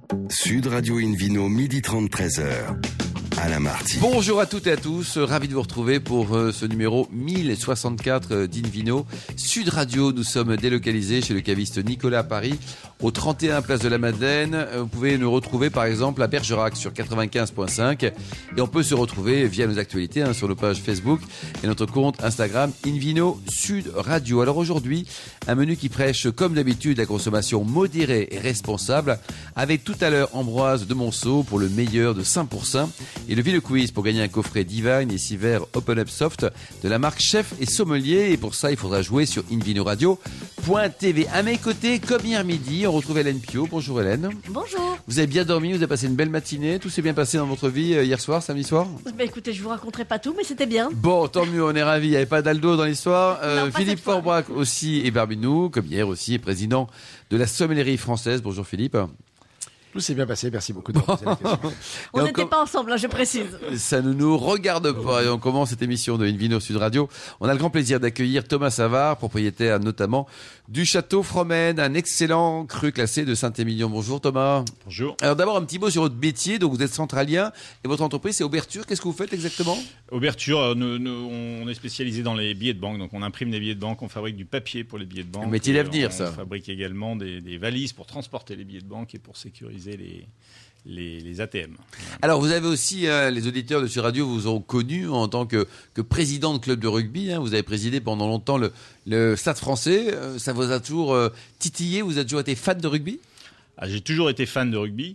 Sud Radio Invino, 12h30, 13h. Alain Marty. Bonjour à toutes et à tous, ravi de vous retrouver pour ce numéro 1064 d'Invino. Sud Radio, nous sommes délocalisés chez le caviste Nicolas à Paris, au 31 Place de la Madeleine. Vous pouvez nous retrouver par exemple à Bergerac sur 95.5 et on peut se retrouver via nos actualités sur nos pages Facebook et notre compte Instagram Invino Sud Radio. Alors aujourd'hui, un menu qui prêche comme d'habitude la consommation modérée et responsable, avec tout à l'heure Ambroise de Monceau pour le meilleur de 5%. Et le Vino Quiz pour gagner un coffret Divine et 6 verres Open Up Soft de la marque Chef et Sommelier. Et pour ça, il faudra jouer sur invinoradio.tv. À mes côtés, comme hier midi, on retrouve Hélène Pio. Bonjour Hélène. Bonjour. Vous avez bien dormi, vous avez passé une belle matinée. Tout s'est bien passé dans votre vie hier soir, samedi soir? Écoutez, je vous raconterai pas tout, mais c'était bien. Bon, tant mieux, on est ravis. Il n'y avait pas d'Aldo dans l'histoire. Non, Philippe Forbrac aussi est parmi nous, comme hier aussi, est président de la sommellerie française. Bonjour Philippe. Tout s'est bien passé, merci beaucoup de me poser la question. On n'était pas ensemble, je précise. Ça ne nous regarde pas. Et on commence cette émission de Invino Sud Radio. On a le grand plaisir d'accueillir Thomas Savard, propriétaire notamment du Château Fromen, un excellent cru classé de Saint-Émilion. Bonjour Thomas. Bonjour. Alors d'abord un petit mot sur votre métier. Donc vous êtes centralien et votre entreprise c'est Auberture. Qu'est-ce que vous faites exactement? Auberture, on est spécialisé dans les billets de banque. Donc on imprime des billets de banque, on fabrique du papier pour les billets de banque. Un métier d'avenir ça. On fabrique également des valises pour transporter les billets de banque et pour sécuriser les ATM. Alors vous avez aussi, les auditeurs de Sud Radio vous ont connu en tant que président de club de rugby. Vous avez présidé pendant longtemps le Stade français. Ça vous a toujours titillé? Vous avez toujours été fan de rugby? J'ai toujours été fan de rugby.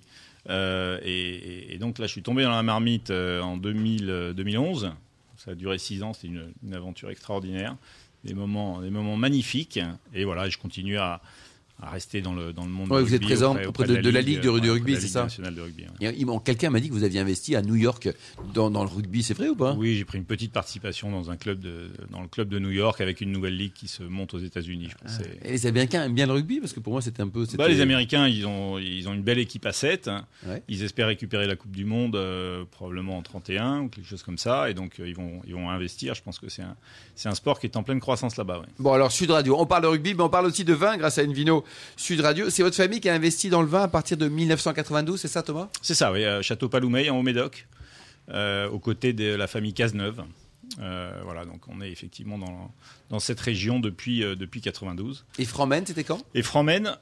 Et donc là, je suis tombé dans la marmite en 2011. Ça a duré 6 ans. C'était une aventure extraordinaire. Des moments magnifiques. Et voilà, je continue à rester dans le monde du rugby. Vous êtes présent auprès de la Ligue de rugby, c'est ça? Nationale de rugby, ouais. Quelqu'un m'a dit que vous aviez investi à New York dans le rugby, c'est vrai ou pas? Oui, j'ai pris une petite participation dans le club de New York avec une nouvelle ligue qui se monte aux États-Unis. Je pense. Et les Américains aiment bien le rugby parce que pour moi c'était un peu. Les Américains, ils ont une belle équipe à 7. Ouais. Ils espèrent récupérer la Coupe du Monde probablement en 31 ou quelque chose comme ça. Et donc ils vont investir. Je pense que c'est un sport qui est en pleine croissance là-bas. Ouais. Bon alors Sud Radio, on parle de rugby, mais on parle aussi de vin grâce à Invino Sud Radio. C'est votre famille qui a investi dans le vin à partir de 1992, c'est ça Thomas? C'est ça, oui. Château Paloumeil en Haut-Médoc, aux côtés de la famille Cazeneuve. Voilà, donc on est effectivement dans cette région depuis 92. Et Fromen, c'était quand? Et Fromen,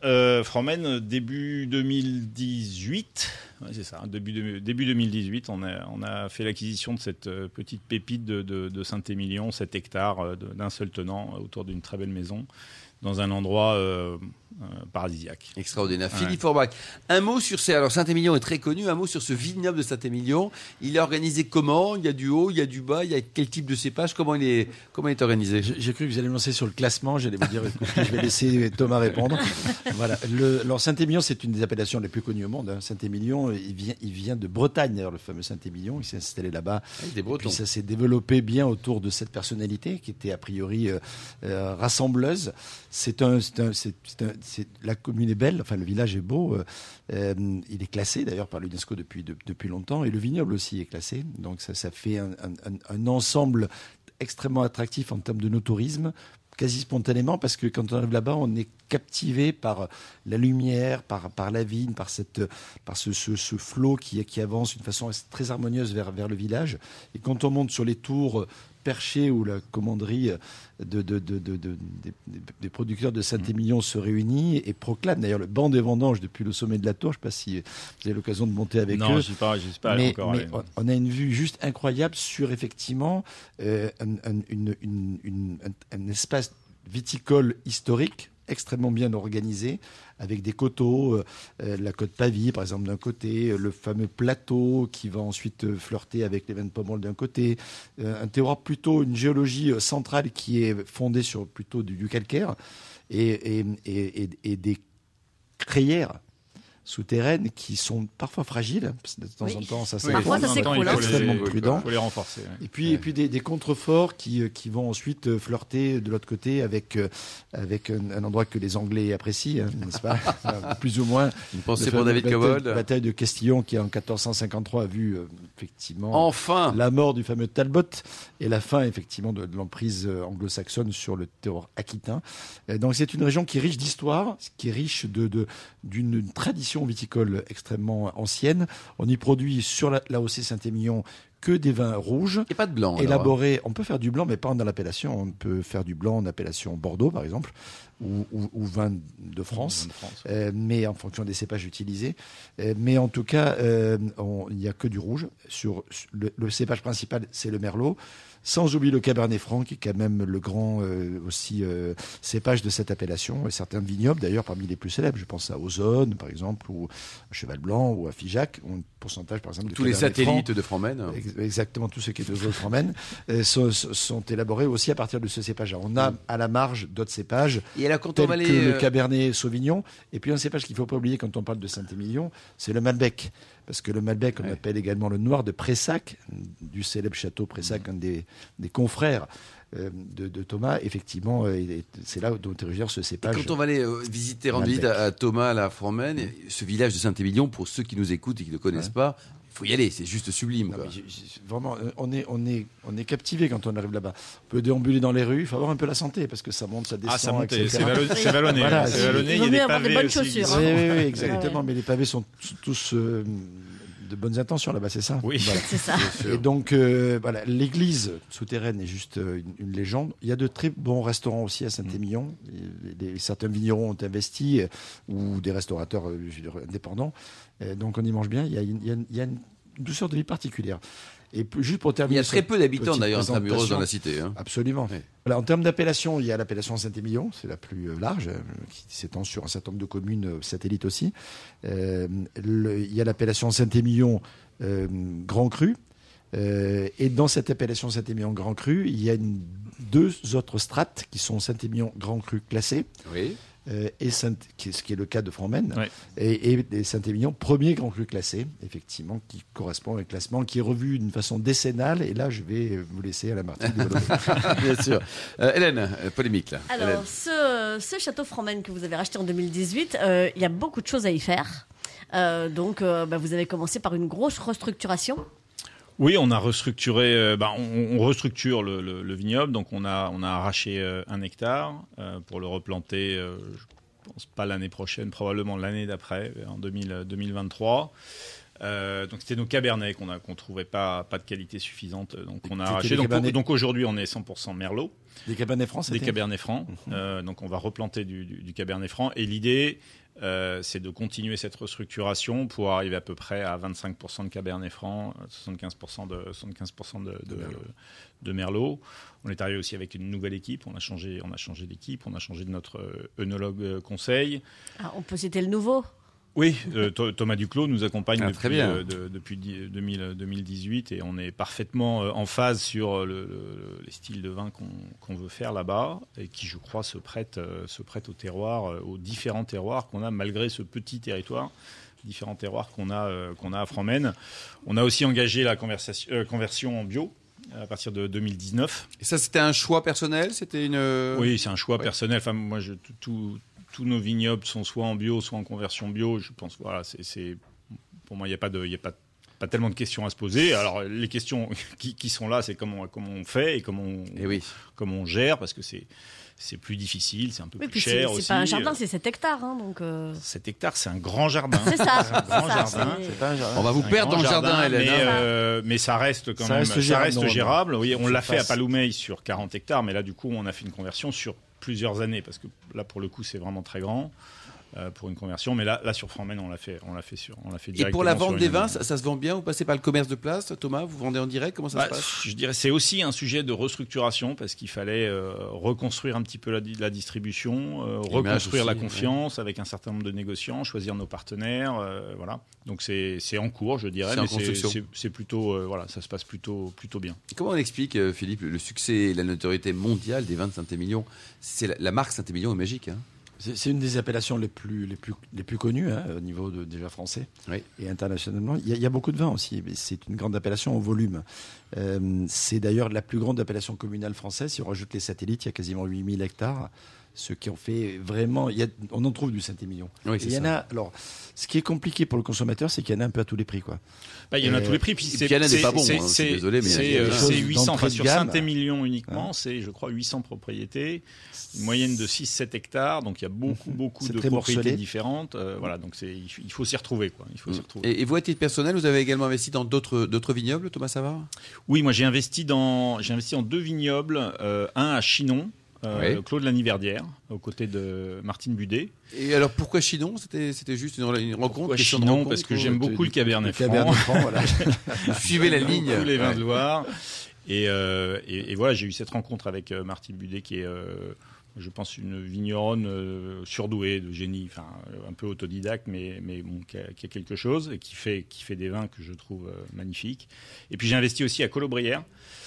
début 2018. Ouais, c'est ça, début 2018, on a fait l'acquisition de cette petite pépite de Saint-Émilion, 7 hectares d'un seul tenant autour d'une très belle maison, dans un endroit paradisiaque. Extraordinaire. Ouais. Philippe Forbach, un mot sur alors Saint-Émilion est très connu, un mot sur ce vignoble de Saint-Émilion. Il est organisé comment? Il y a du haut, il y a du bas, il y a quel type de cépage? Comment il est organisé? J'ai cru que vous alliez me lancer sur le classement, j'allais vous dire que je vais laisser Thomas répondre. Voilà. Alors Saint-Émilion, c'est une des appellations les plus connues au monde. Saint-Émilion, il vient de Bretagne d'ailleurs, le fameux Saint-Émilion. Il s'est installé là-bas. Des Bretons. Puis ça s'est développé bien autour de cette personnalité qui était a priori rassembleuse. La commune est belle, enfin le village est beau. Il est classé d'ailleurs par l'UNESCO depuis longtemps, et le vignoble aussi est classé. Donc ça fait un ensemble extrêmement attractif en termes de no tourisme, quasi spontanément, parce que quand on arrive là-bas, on est captivé par la lumière, par la vigne, par ce flot qui avance d'une façon très harmonieuse vers le village. Et quand on monte sur les tours perchées où la commanderie des producteurs de Saint-Émilion se réunit et proclame d'ailleurs le banc des vendanges depuis le sommet de la tour. Je ne sais pas si vous avez l'occasion de monter avec eux. Non, je ne suis pas allé encore. Mais on a une vue juste incroyable sur effectivement un espace viticole historique extrêmement bien organisé, avec des coteaux, la côte Pavie par exemple d'un côté, le fameux plateau qui va ensuite flirter avec les vins de Pomerol d'un côté, un terroir plutôt, une géologie centrale qui est fondée sur plutôt du calcaire et des crayères souterraines qui sont parfois fragiles, parce que de temps en temps ça s'effondre. Parfois ça s'écroule. Extrêmement prudent. Il faut les renforcer. Ouais. Et puis des contreforts qui vont ensuite flirter de l'autre côté avec un endroit que les Anglais apprécient, n'est-ce pas? Plus ou moins. Une pensée pour David Cobbold. La bataille de Castillon qui en 1453 a vu effectivement enfin la mort du fameux Talbot et la fin effectivement de l'emprise anglo-saxonne sur le terroir aquitain. Donc c'est une région qui est riche d'histoire, qui est riche d'une tradition tradition viticole extrêmement ancienne. On y produit sur l'AOC Saint-Émilion que des vins rouges. Et pas de blanc. Élaborés. On peut faire du blanc, mais pas dans l'appellation. On peut faire du blanc en appellation Bordeaux, par exemple, ou vin de France, mais en fonction des cépages utilisés. Mais en tout cas, il n'y a que du rouge. Le cépage principal, c'est le Merlot. Sans oublier le Cabernet Franc, qui est quand même le grand cépage de cette appellation. Et certains vignobles, d'ailleurs, parmi les plus célèbres. Je pense à Ozone, par exemple, ou à Cheval Blanc, ou à Figeac, ont un pourcentage, par exemple, de tous les Cabernet satellites Franc. De Fromen. Exactement, tous ceux qui étaient aux Fromen sont élaborés aussi à partir de ce cépage. On a à la marge d'autres cépages, et alors, quand tels on va que le Cabernet Sauvignon. Et puis un cépage qu'il ne faut pas oublier quand on parle de Saint-Émilion, c'est le Malbec. Parce que le Malbec, on appelle également le noir de Pressac, du célèbre château Pressac, un des confrères de Thomas. Effectivement, c'est là dont est originaire ce cépage. Et quand on va aller rendre visite à Thomas, à la Fromen, ce village de Saint-Émilion, pour ceux qui nous écoutent et qui ne le connaissent pas, il faut y aller, c'est juste sublime. Quoi. Vraiment, on est captivé quand on arrive là-bas. On peut déambuler dans les rues, il faut avoir un peu la santé, parce que ça monte, ça descend, ça monte, etc. c'est vallonné. Voilà, c'est vallonné, il vaut y a mieux des avoir des pavés bonnes aussi. chaussures. Oui, exactement, mais les pavés sont tous de bonnes intentions là-bas, c'est ça? Oui, voilà. C'est ça. Et donc, voilà, l'église souterraine est juste une légende. Il y a de très bons restaurants aussi à Saint-Émilion. Certains vignerons ont investi, ou des restaurateurs indépendants. Donc, on y mange bien. Il y a une douceur de vie particulière. Et juste pour terminer, il y a très peu d'habitants d'ailleurs présentation. intramuros dans la cité. Hein. Absolument. Oui. Voilà, en termes d'appellation, il y a l'appellation Saint-Émilion, c'est la plus large, qui s'étend sur un certain nombre de communes satellites aussi. Il y a l'appellation Saint-Émilion Grand Cru. Et dans cette appellation Saint-Émilion Grand Cru, il y a deux autres strates qui sont Saint-Émilion Grand Cru classé. Oui. Et ce qui est le cas de Fromen, ouais. et Saint-Émilion, premier grand cru classé, effectivement, qui correspond à un classement qui est revu d'une façon décennale. Et là, je vais vous laisser à la Martine développer. Bien sûr. Hélène, polémique là. Alors, Hélène. ce château Fromen que vous avez racheté en 2018, il y a beaucoup de choses à y faire. Donc, vous avez commencé par une grosse restructuration. Oui, on a restructuré. On restructure le vignoble, donc on a arraché 1 hectare pour le replanter. Je pense pas l'année prochaine, probablement l'année d'après, en 2023. Donc c'était nos cabernets qu'on trouvait pas de qualité suffisante, donc on a arraché. Donc aujourd'hui on est 100% Merlot. Des cabernets francs, Des cabernets francs. Donc on va replanter du cabernet franc. Et l'idée, c'est de continuer cette restructuration pour arriver à peu près à 25% de cabernet franc, 75% de Merlot. On est arrivé aussi avec une nouvelle équipe. On a changé d'équipe. On a changé de notre œnologue conseil. Ah, on peut citer le nouveau. Oui, Thomas Duclos nous accompagne depuis 2018 et on est parfaitement en phase sur les styles de vin qu'on veut faire là-bas et qui, je crois, se prête au terroir, aux différents terroirs qu'on a malgré ce petit territoire, différents terroirs qu'on a à Fromen. On a aussi engagé la conversion en bio à partir de 2019. Et ça, c'était un choix personnel? Oui, c'est un choix personnel. Enfin, moi, tous nos vignobles sont soit en bio, soit en conversion bio. Je pense, voilà, pour moi, il n'y a pas tellement de questions à se poser. Alors, les questions qui sont là, c'est comment on fait et comment on gère, parce que c'est plus difficile, c'est un peu plus cher aussi. C'est pas un jardin, c'est 7 hectares. Hein, donc 7 hectares, c'est un grand jardin. C'est ça. C'est un grand jardin. C'est pas un jardin. On va vous perdre dans le jardin, Hélène. Mais ça reste quand même gérable. Oui, on l'a fait à Paloumeil sur 40 hectares, mais là, du coup, on a fait une conversion sur plusieurs années, parce que là, pour le coup, c'est vraiment très grand pour une conversion. Mais là sur Fromen, on l'a fait directement. Et pour la vente des vins, ça se vend bien? Vous passez par le commerce de place, Thomas? Vous vendez en direct? Comment ça se passe? Je dirais c'est aussi un sujet de restructuration, parce qu'il fallait reconstruire un petit peu la distribution, reconstruire la confiance avec un certain nombre de négociants, choisir nos partenaires, voilà. Donc c'est en cours, je dirais, mais c'est plutôt ça se passe plutôt bien. Et comment on explique, Philippe, le succès et la notoriété mondiale des vins de Saint-Émilion? C'est la marque Saint-Émilion est magique, hein. C'est une des appellations les plus connues au niveau déjà français et internationalement. Il y a beaucoup de vins aussi, mais c'est une grande appellation au volume. C'est d'ailleurs la plus grande appellation communale française. Si on rajoute les satellites, il y a quasiment 8000 hectares ceux qui ont fait vraiment. On en trouve du Saint-Émilion. Oui, Et c'est il y en ça. a. Alors, ce qui est compliqué pour le consommateur, c'est qu'il y en a un peu à tous les prix, quoi. Il y en a à tous les prix. Puis puis il y en a des pas bons, hein, je suis désolé, mais il y a des c'est choses 800, d'entrée de sur gamme. Saint-Émilion uniquement, c'est je crois 800 propriétés, une moyenne de 6-7 hectares, donc il y a beaucoup C'est de très propriétés morcelé. différentes. Voilà, donc il faut s'y retrouver, quoi. Il faut s'y retrouver. Et vous, à titre personnel, vous avez également investi dans d'autres vignobles, Thomas Savard? Oui, moi j'ai investi en 2 vignobles, un à Chinon. Ouais. Clos de la Niverdière, aux côtés de Martine Budet. Et alors pourquoi Chinon? C'était juste une rencontre? Pourquoi question de Chinon? rencontre, Parce que ou- j'aime beaucoup le Cabernet Franc. Cabernet Franc, voilà. Suivez la ligne. Tous les vins Ouais. de Loire. Et voilà, j'ai eu cette rencontre avec Martine Budet, qui est, je pense, une vigneronne surdouée, de génie, enfin un peu autodidacte, mais bon, qui a quelque chose, et qui fait des vins que je trouve magnifiques. Et puis j'ai investi aussi à Colobrières,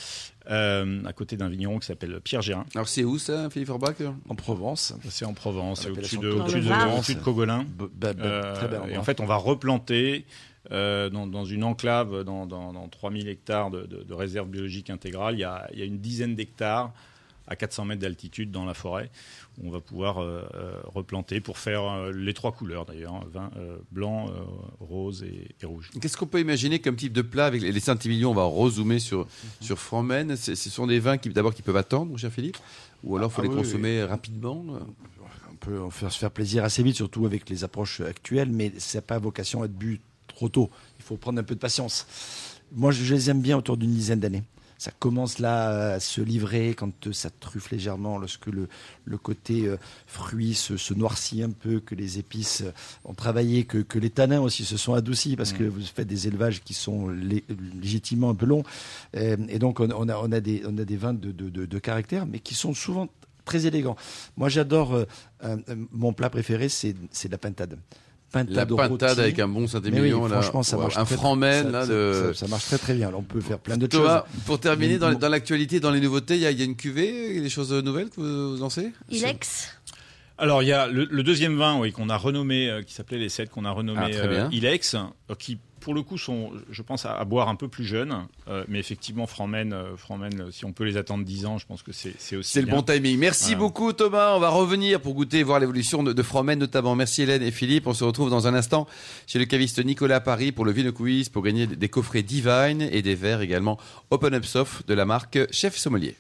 à côté d'un vigneron qui s'appelle Pierre Gérin. Alors c'est où ça, Philippe Forbach? En Provence. C'est en Provence, c'est au-dessus de, Dans le Var. au-dessus de Cogolin. Très bel Et endroit. en fait, on va replanter dans une enclave, dans 3000 hectares de réserve biologique intégrale. Il y a une dizaine d'hectares à 400 mètres d'altitude dans la forêt, où on va pouvoir replanter pour faire les 3 couleurs d'ailleurs, vin blanc, rose et rouge. Qu'est-ce qu'on peut imaginer comme type de plat avec les Saint-Émilion? On va rezoomer sur Fromen. Ce sont des vins qui peuvent attendre, mon cher Philippe, ou alors il faut les consommer rapidement. On peut se faire plaisir assez vite, surtout avec les approches actuelles, mais ça n'a pas vocation à être bu trop tôt. Il faut prendre un peu de patience. Moi, je les aime bien autour d'une dizaine d'années. Ça commence là à se livrer quand ça truffe légèrement, lorsque le côté fruit se noircit un peu, que les épices ont travaillé, que les tanins aussi se sont adoucis, parce que vous faites des élevages qui sont légitimement un peu longs. Et donc on a des vins de caractère, mais qui sont souvent très élégants. Moi j'adore, mon plat préféré, c'est la pintade. La pintade avec un bon Saint-Émilion, oui, là, franchement, ça marche un très, Fromen, là, ça marche très très bien. Alors, on peut faire plein d'autres Thomas, choses. pour terminer, Mais dans l'actualité, dans les nouveautés, il y a une cuvée, des choses nouvelles que vous lancez? Ilex. Alors, il y a le deuxième vin, oui, qu'on a renommé, qui s'appelait les 7, qu'on a renommé très bien. Ilex, qui pour le coup sont, je pense, à boire un peu plus jeunes. Mais effectivement, Fromen, si on peut les attendre 10 ans, je pense que c'est aussi C'est le bien. bon timing. Merci beaucoup Thomas. On va revenir pour goûter et voir l'évolution de Fromen notamment. Merci Hélène et Philippe. On se retrouve dans un instant chez le caviste Nicolas à Paris pour le Vino Quiz, pour gagner des coffrets Divine et des verres également Open Up Soft de la marque Chef Sommelier.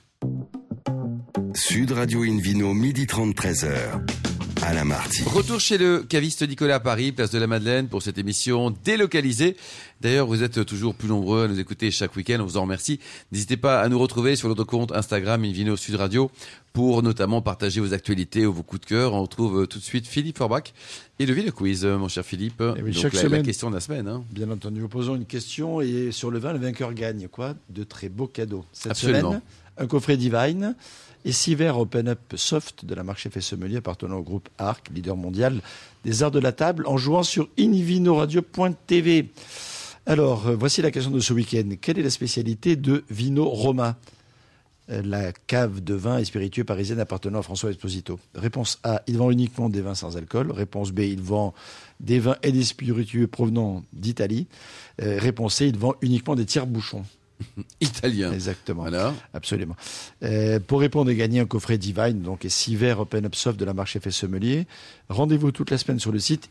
Sud Radio Invino, 12h30, 13h. Alain Marty. Retour chez le caviste Nicolas à Paris, place de la Madeleine, pour cette émission délocalisée. D'ailleurs, vous êtes toujours plus nombreux à nous écouter chaque week-end. On vous en remercie. N'hésitez pas à nous retrouver sur notre compte Instagram Invino Sud Radio pour notamment partager vos actualités ou vos coups de cœur. On retrouve tout de suite Philippe Forbach et le Vino Quiz, mon cher Philippe. Eh oui, Donc chaque la semaine. question de la semaine. Hein. Bien entendu, nous posons une question et sur le vin, le vainqueur gagne quoi? De très beaux cadeaux. Cette Absolument. semaine, un coffret Divine et 6 verres Open Up Soft de la marque Chef Sommelier appartenant au groupe Arc, leader mondial des arts de la table, en jouant sur invinoradio.tv. Alors, voici la question de ce week-end. Quelle est la spécialité de Vino Roma, la cave de vin et spiritueux parisienne appartenant à François Esposito? Réponse A, il vend uniquement des vins sans alcool. Réponse B, il vend des vins et des spiritueux provenant d'Italie. Réponse C, il vend uniquement des tire-bouchons. Italien. Exactement. Voilà. Absolument. Pour répondre et gagner un coffret Divine, donc et 6 verres Open Up Soft de la marque Chef Sommelier, rendez-vous toute la semaine sur le site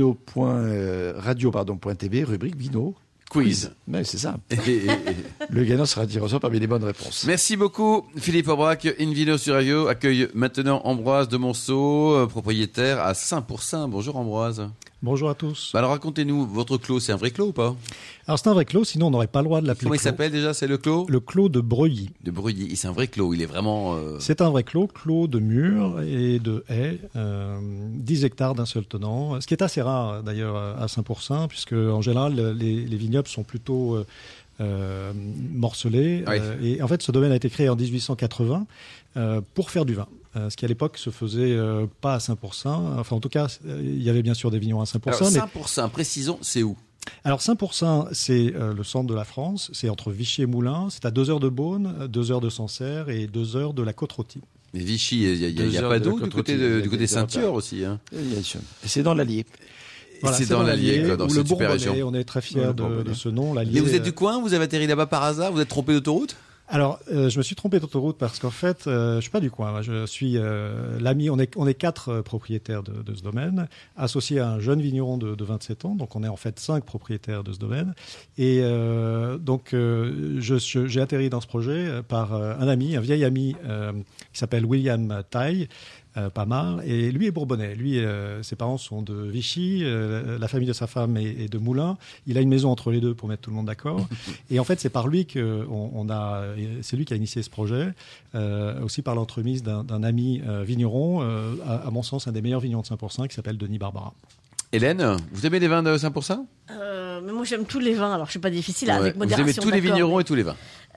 invino.radio.tv, rubrique Vino. Quiz. Ouais, c'est ça. Et- Le gagnant sera tiré au sort parmi les bonnes réponses. Merci beaucoup Philippe Forbach. Invino Sud Radio accueille maintenant Ambroise de Monceau, propriétaire à Saint-Pourçain. Bonjour Ambroise. Bonjour à tous. Bah alors racontez-nous, votre clos, c'est un vrai clos ou pas? Alors c'est un vrai clos, sinon on n'aurait pas le droit de l'appeler Comment il clos. s'appelle déjà? C'est le clos Le clos de Breuilly. de Breuilly. Et c'est un vrai clos, il est vraiment... C'est un vrai clos de murs et de haies, 10 hectares d'un seul tenant, ce qui est assez rare d'ailleurs à Saint-Pourçain, puisque en général les vignobles sont plutôt morcelés. Oui. Et en fait ce domaine a été créé en 1880 pour faire du vin. Ce qui à l'époque se faisait pas à Saint-Pourçain. Enfin en tout cas, il y avait bien sûr des vignerons à Saint-Pourçain. Alors mais... Saint-Pourçain, précisons, c'est où? Alors Saint-Pourçain, c'est le centre de la France, c'est entre Vichy et Moulins, c'est à 2 heures de Beaune, 2 heures de Sancerre et 2 heures de la Côte-Rôtie. Mais Vichy, il n'y 2 a heures pas de d'eau la du côté, Côte-Rôtie, du côté des Saint-Thieur aussi. Hein. Et c'est dans l'Allier. Et c'est dans l'Allier, quoi, dans ou le cette super Bourbonnais, région. on est très fiers Le de Bourbonnais. ce nom. Mais vous êtes du coin? Vous avez atterri là-bas par hasard? Vous êtes trompé d'autoroute? Alors, je me suis trompé d'autoroute parce qu'en fait, je suis pas du coin. Moi, je suis l'ami. On est 4 propriétaires de ce domaine, associés à un jeune vigneron de 27 ans. Donc, on est en fait 5 propriétaires de ce domaine. Et donc, j'ai atterri dans ce projet par un ami, un vieil ami qui s'appelle William Taille. Pas mal. Et lui est bourbonnais. Lui, ses parents sont de Vichy. La famille de sa femme est de Moulins. Il a une maison entre les deux pour mettre tout le monde d'accord. Et en fait, c'est par lui c'est lui qui a initié ce projet, aussi par l'entremise d'un ami vigneron, à mon sens, un des meilleurs vignerons de 5% qui s'appelle Denis Barbara. Hélène, vous aimez les vins de 5%? Mais moi, j'aime tous les vins, alors je suis pas difficile, avec modération. Vous aimez tous les vignerons et tous les vins?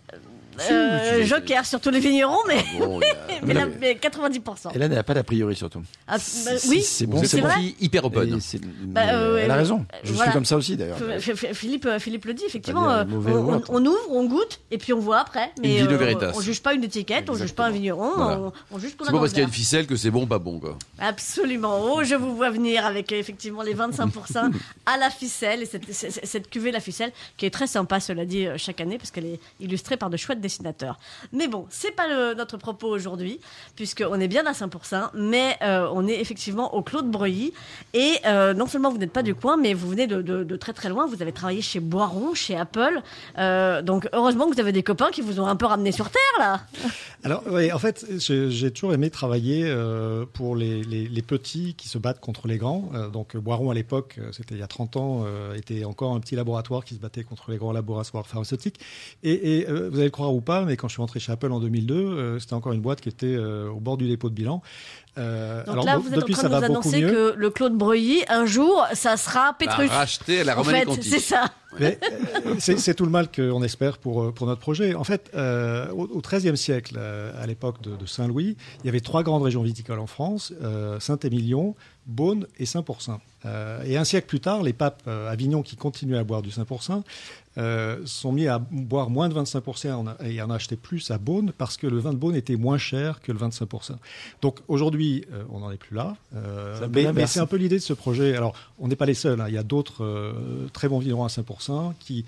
Joker, surtout les vignerons, mais, Bon, mais 90%. Hélène n'a pas d'a priori, surtout. Ah, oui, c'est bon, vous c'est êtes vrai. une fille hyper open. Elle a raison. Je voilà. suis comme ça aussi, d'ailleurs. Philippe le dit, effectivement. Pas dire mauvais ou autre. On ouvre, on goûte, et puis on voit après. Mais Vino Veritas. on juge pas une étiquette, on juge pas un vigneron, Voilà. on juge qu'on a C'est dans pas parce le qu'il y a verre. une ficelle que c'est bon, pas bon, quoi. Absolument. Oh, je vous vois venir avec effectivement les 25% à la ficelle et cette cuvée la ficelle qui est très sympa, cela dit, chaque année parce qu'elle est illustrée par de chouettes dessinateurs. Mais bon, c'est pas notre propos aujourd'hui puisqu'on est bien à 5%, mais on est effectivement au Clos de Breuilly et non seulement vous n'êtes pas du coin, mais vous venez de très très loin. Vous avez travaillé chez Boiron, chez Apple. Donc heureusement que vous avez des copains qui vous ont un peu ramené sur terre là. Alors, oui, en fait, j'ai toujours aimé travailler pour les petits qui se battent contre les grands. Donc, Boiron, à l'époque, c'était il y a 30 ans, était encore un petit laboratoire qui se battait contre les grands laboratoires pharmaceutiques. Et vous allez le croire ou pas, mais quand je suis rentré chez Apple en 2002, c'était encore une boîte qui était au bord du dépôt de bilan. Donc alors, là, vous êtes en depuis, train ça de nous va beaucoup annoncer mieux. que le Clos de Breuilly, un jour, ça sera Pétrus. Racheté à la En Romanée fait, Conti. c'est ça. Mais, c'est tout le mal qu'on espère pour notre projet. En fait, au XIIIe siècle, à l'époque de Saint-Louis, il y avait 3 grandes régions viticoles en France, Saint-Émilion, Beaune et Saint-Pourçain. Et un siècle plus tard, les papes Avignon qui continuaient à boire du Saint-Pourçain sont mis à boire moins de 25% et en acheter plus à Beaune parce que le vin de Beaune était moins cher que le vin de Saint-Pourçain. Donc aujourd'hui, on n'en est plus là. Mais c'est un peu l'idée de ce projet. Alors, on n'est pas les seuls. Hein. Il y a d'autres très bons vignerons à Saint-Pourçain qui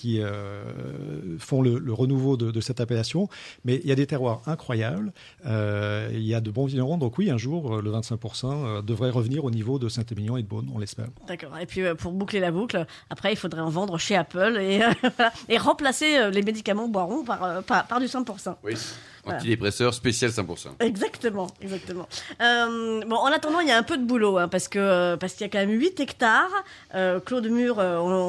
font le renouveau de cette appellation. Mais il y a des terroirs incroyables. Il y a de bons vignerons. Donc oui, un jour, le vin de Saint-Pourçain devrait revenir au niveau de Saint-Émilion et de Beaune, on l'espère. D'accord. Et puis pour boucler la boucle, après il faudrait en vendre chez Apple et remplacer les médicaments Boiron par du 100%. Oui. Antidépresseur spécial 5%. Exactement. Bon, en attendant, il y a un peu de boulot parce qu'il y a quand même 8 hectares. Clos de Mur,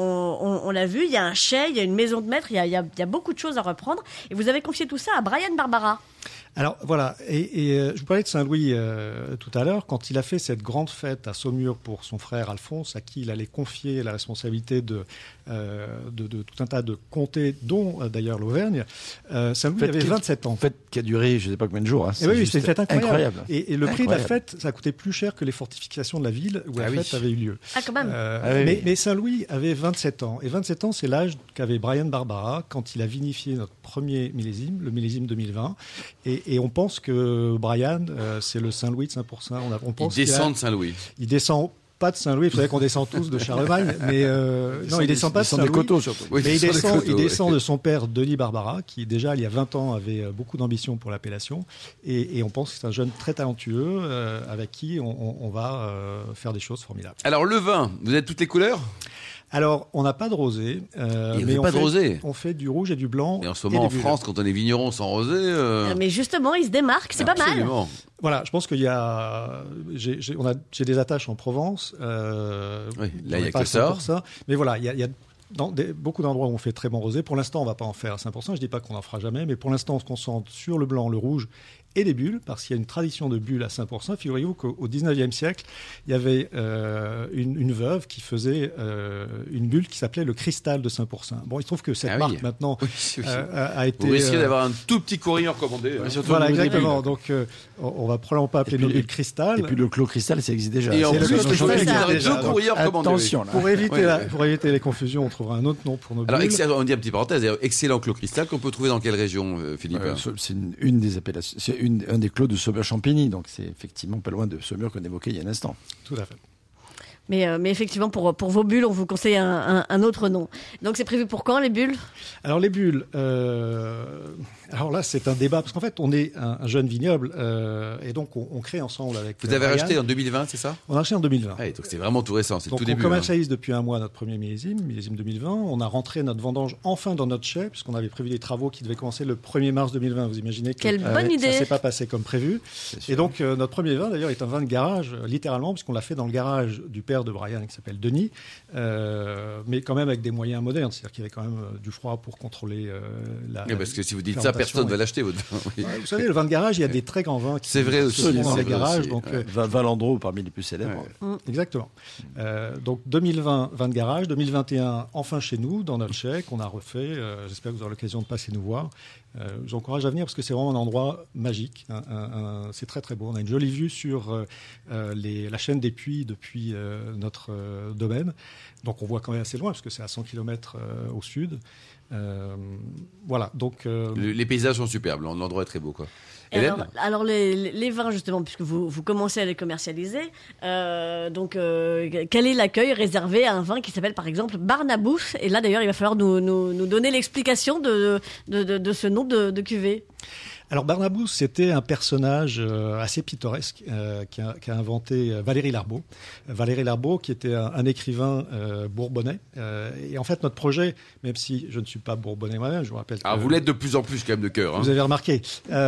on l'a vu. Il y a un chai, il y a une maison de maître. Il y a beaucoup de choses à reprendre. Et vous avez confié tout ça à Brian Barbara. Alors voilà, et je vous parlais de Saint-Louis tout à l'heure, quand il a fait cette grande fête à Saumur pour son frère Alphonse, à qui il allait confier la responsabilité de tout un tas de comtés, dont d'ailleurs l'Auvergne, Saint-Louis avait 27 ans. Fête qui a duré je ne sais pas combien de jours. Hein. Et oui, c'était une fête incroyable. Et le prix de la Incroyable. fête, ça coûtait plus cher que les fortifications de la ville où la oui. fête avait eu lieu. Ah, quand même. oui. Mais Saint-Louis avait 27 ans. Et 27 ans, c'est l'âge qu'avait Brian Barbara quand il a vinifié notre premier millésime, le millésime 2020. Et on pense que Brian, c'est le Saint-Louis de 5%. On Il pense descend de Saint-Louis. il descend pas de Saint-Louis. Il faudrait qu'on descende tous de Charlemagne. Mais non, il descend pas de des Saint-Louis. coteaux, surtout. Oui, Mais il descend ouais. de son père Denis Barbara, qui déjà il y a 20 ans avait beaucoup d'ambition pour l'appellation, et on pense que c'est un jeune très talentueux avec qui on va faire des choses formidables. Alors le vin, vous avez toutes les couleurs? Alors on n'a pas de rosé, vous mais avez pas de rosé. on fait du rouge et du blanc. Et en ce moment en des bulles. France, quand on est vigneron sans rosé, Mais justement, il se démarque, c'est pas mal. absolument. Voilà, je pense qu'il y a, j'ai des attaches en Provence. Oui, là, on il y a est pas que ça. pour ça. Mais voilà, il y a dans beaucoup d'endroits où on fait très bon rosé. Pour l'instant, on ne va pas en faire à 5%. Je dis pas qu'on en fera jamais, mais pour l'instant, on se concentre sur le blanc, le rouge et les bulles, parce qu'il y a une tradition de bulles à 5%. Figurez-vous qu'au 19e siècle, il y avait une veuve qui faisait une bulle qui s'appelait le cristal de 5%. Bon, il se trouve que cette marque, maintenant, Oui. a été... Vous risquez d'avoir un tout petit courrier recommandé. hein. Surtout Voilà, au niveau des exactement. bulles. Donc, on va probablement pas appeler Et puis- nos bulles cristal. Et puis le clos cristal, ça existe déjà. Et en C'est plus, le vous clos cristal, avez ça. déjà. deux courriers recommandés. Attention, là. Pour éviter les confusions, on trouvera un autre nom pour nos bulles. Alors, on dit un petit parenthèse, d'ailleurs, excellent clos cristal qu'on peut trouver dans quelle région, Philippe? C'est une des appellations, c'est un des clos de Saumur-Champigny, donc c'est effectivement pas loin de Saumur qu'on évoquait il y a un instant. Tout à fait. Mais effectivement, pour vos bulles, on vous conseille un autre nom. Donc c'est prévu pour quand, les bulles ? Alors les bulles, alors là c'est un débat parce qu'en fait on est un jeune vignoble et donc on crée ensemble avec. Vous avez Ryan. racheté en 2020, c'est ça ? On a acheté en 2020. Ouais, donc c'est vraiment tout récent, c'est Donc tout début. on commercialise depuis un mois notre premier millésime 2020. On a rentré notre vendange enfin dans notre chai puisqu'on avait prévu des travaux qui devaient commencer le 1er mars 2020. Vous imaginez que Quelle bonne idée. Ça s'est pas passé comme prévu. Et donc notre premier vin d'ailleurs est un vin de garage littéralement puisqu'on l'a fait dans le garage du père de Brian qui s'appelle Denis, mais quand même avec des moyens modernes, c'est-à-dire qu'il y avait quand même du froid pour contrôler la. Oui, parce que si vous dites ça, personne ne va l'acheter votre vin. Oui. Vous savez, le vin de garage, il y a des très grands vins qui C'est vrai se aussi, font dans c'est les vrai garages. aussi, Donc, Valandro parmi les plus célèbres. exactement. Donc 2020, vin de garage. 2021, enfin chez nous, dans notre chai, qu'on a refait. J'espère que vous aurez l'occasion de passer nous voir. Je vous encourage à venir parce que c'est vraiment un endroit magique. C'est très très beau. On a une jolie vue sur la chaîne des Puys depuis notre domaine. Donc on voit quand même assez loin parce que c'est à 100 km au sud. Voilà. Donc Les paysages sont superbes, l'endroit est très beau, quoi. Et Hélène ? alors les vins, justement, puisque vous commencez à les commercialiser, quel est l'accueil réservé à un vin qui s'appelle par exemple Barnabous ? Et là d'ailleurs, il va falloir nous donner l'explication de ce nom de cuvée. Alors Barnabous, c'était un personnage assez pittoresque qu'a inventé Valéry Larbaud. Valéry Larbaud, qui était un écrivain bourbonnais. Et en fait, notre projet, même si je ne suis pas bourbonnais moi-même, je vous rappelle. Ah, vous l'êtes de plus en plus quand même de cœur. Hein. Vous avez remarqué.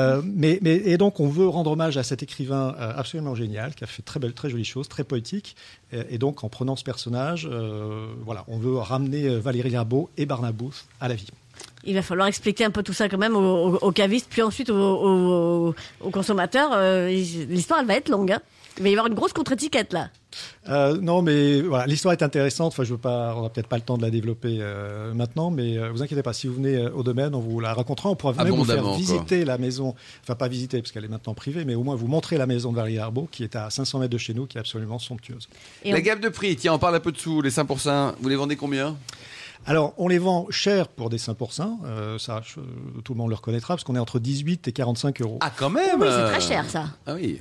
Et donc, on veut rendre hommage à cet écrivain absolument génial, qui a fait très jolies choses, très poétique. Et donc, en prenant ce personnage, voilà, on veut ramener Valéry Larbaud et Barnabous à la vie. Il va falloir expliquer un peu tout ça quand même aux cavistes, puis ensuite aux consommateurs. L'histoire, elle va être longue. Hein. Il va y avoir une grosse contre-étiquette là. Non, mais voilà, l'histoire est intéressante. Enfin, on n'a peut-être pas le temps de la développer maintenant, mais vous inquiétez pas. Si vous venez au domaine, on vous la racontera. On pourra même vous faire visiter la maison. Enfin, pas visiter parce qu'elle est maintenant privée, mais au moins vous montrer la maison de Valéry Larbaud, qui est à 500 mètres de chez nous, qui est absolument somptueuse. La gamme de prix, tiens, on parle un peu de sous, les 5%. Vous les vendez combien ? Alors, on les vend cher pour des 5%. Ça, tout le monde le reconnaîtra, parce qu'on est entre 18 et 45 euros. Ah, quand même. Oui, c'est très cher, ça. Ah oui.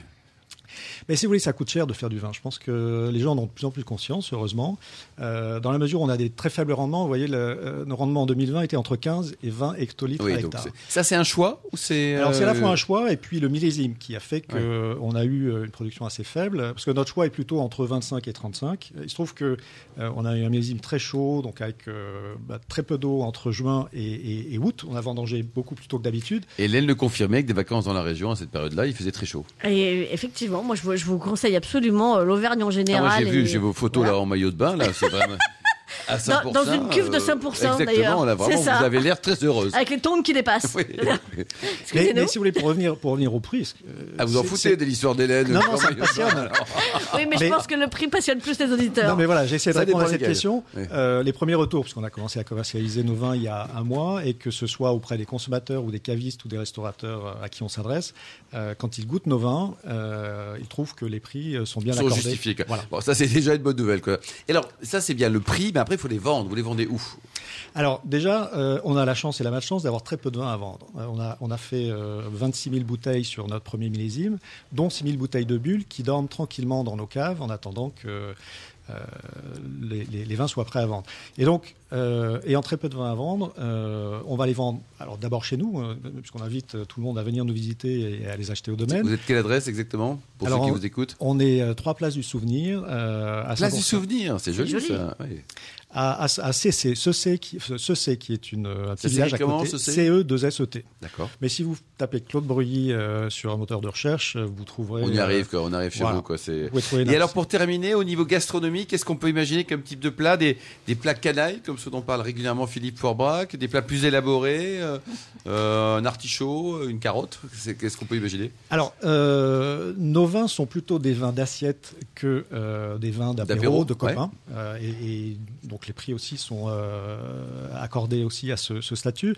Mais si vous voulez, ça coûte cher de faire du vin. Je pense que les gens en ont de plus en plus conscience, heureusement. Dans la mesure où on a des très faibles rendements, vous voyez, nos rendements en 2020 étaient entre 15 et 20 hectolitres à hectare. Ça, c'est un choix ou c'est Alors, c'est à la fois un choix et puis le millésime qui a fait qu'on a eu une production assez faible. Parce que notre choix est plutôt entre 25 et 35. Il se trouve qu'on a eu un millésime très chaud, donc avec très peu d'eau entre juin et août. On a vendangé beaucoup plus tôt que d'habitude. Et Hélène le confirmait que des vacances dans la région à cette période-là, il faisait très chaud. Et effectivement, moi, je vous conseille absolument l'Auvergne en général. Moi, j'ai vos photos là en maillot de bain, là, c'est vraiment. À 5%, dans une cuve de 5% exactement, d'ailleurs. Là, vraiment, vous avez l'air très heureuse. Avec les tongs qui dépassent. Oui. Mais si vous voulez, pour revenir au prix. Vous en foutez de l'histoire d'Hélène. Non, ça me passionne. Oui, mais je pense que le prix passionne plus les auditeurs. Non, mais voilà, j'ai essayé de répondre à cette question. Oui. Les premiers retours, puisqu'on a commencé à commercialiser nos vins il y a un mois, et que ce soit auprès des consommateurs ou des cavistes ou des restaurateurs à qui on s'adresse, quand ils goûtent nos vins, ils trouvent que les prix sont bien accordés. Justifiés. Voilà. Bon, ça, c'est déjà une bonne nouvelle. Quoi. Et alors, ça, c'est bien le prix, mais après, il faut les vendre. Vous les vendez où ? Alors déjà, on a la chance et la malchance d'avoir très peu de vin à vendre. On a fait 26 000 bouteilles sur notre premier millésime, dont 6 000 bouteilles de bulles qui dorment tranquillement dans nos caves en attendant que les vins soient prêts à vendre. Et donc, ayant très peu de vins à vendre, on va les vendre alors d'abord chez nous, puisqu'on invite tout le monde à venir nous visiter et à les acheter au domaine. Vous êtes quelle adresse exactement, pour ceux qui vous écoutent ? On est 3 Places du Souvenir. Place du Souvenir, c'est joli ça. Oui. À CC, Cecé qui est un petit village à côté, CE2SET. D'accord. Mais si vous tapez Claude Breuilly sur un moteur de recherche, vous trouverez... On y arrive, quoi. On arrive chez vous. Quoi. Et alors pour terminer, au niveau gastronomie, qu'est-ce qu'on peut imaginer comme type de plat ? Des plats canailles, comme ceux dont parle régulièrement Philippe Forbrac, des plats plus élaborés, un artichaut, une carotte, qu'est-ce qu'on peut imaginer ? Alors, nos vins sont plutôt des vins d'assiette que des vins d'apéro, de copains. Ouais. Et donc les prix aussi sont accordés aussi à ce statut.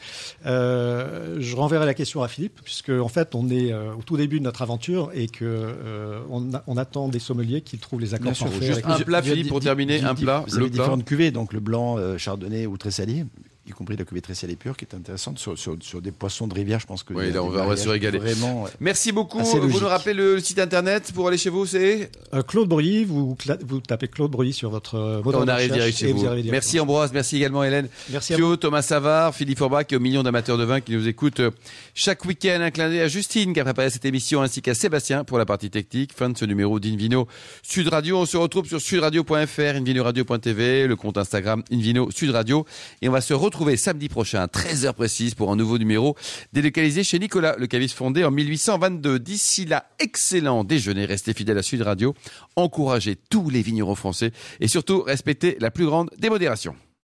Je renverrai la question à Philippe, puisque en fait on est au tout début de notre aventure et que on attend des sommeliers qui trouvent les accords parfaits. Juste un plat, Philippe, pour terminer, un plat. Vous avez différentes cuvées, donc le blanc, chardonnay ou tressali. y compris la cuvée Tressia les Purs, qui est intéressante sur des poissons de rivière. Je pense que là, on va se régaler. Vraiment, merci beaucoup. Vous nous rappelez le site internet pour aller chez vous, c'est Claude Bruy. Vous tapez Claude Bruy sur votre moteur on de arrive direct recherche chez vous. Merci Ambroise, merci également Hélène. Merci Pio, Thomas Savard, Philippe Forbach et aux millions d'amateurs de vin qui nous écoutent chaque week-end. Un clin d'œil à Justine qui a préparé cette émission ainsi qu'à Sébastien pour la partie technique. Fin de ce numéro d'Invino Sud Radio. On se retrouve sur sudradio.fr, invinoradio.tv, le compte Instagram Invino Sud Radio. Et on va se retrouver samedi prochain à 13h précise pour un nouveau numéro délocalisé chez Nicolas, le caviste fondé en 1822. D'ici là, excellent déjeuner. Restez fidèles à Sud Radio. Encouragez tous les vignerons français et surtout respectez la plus grande démodération.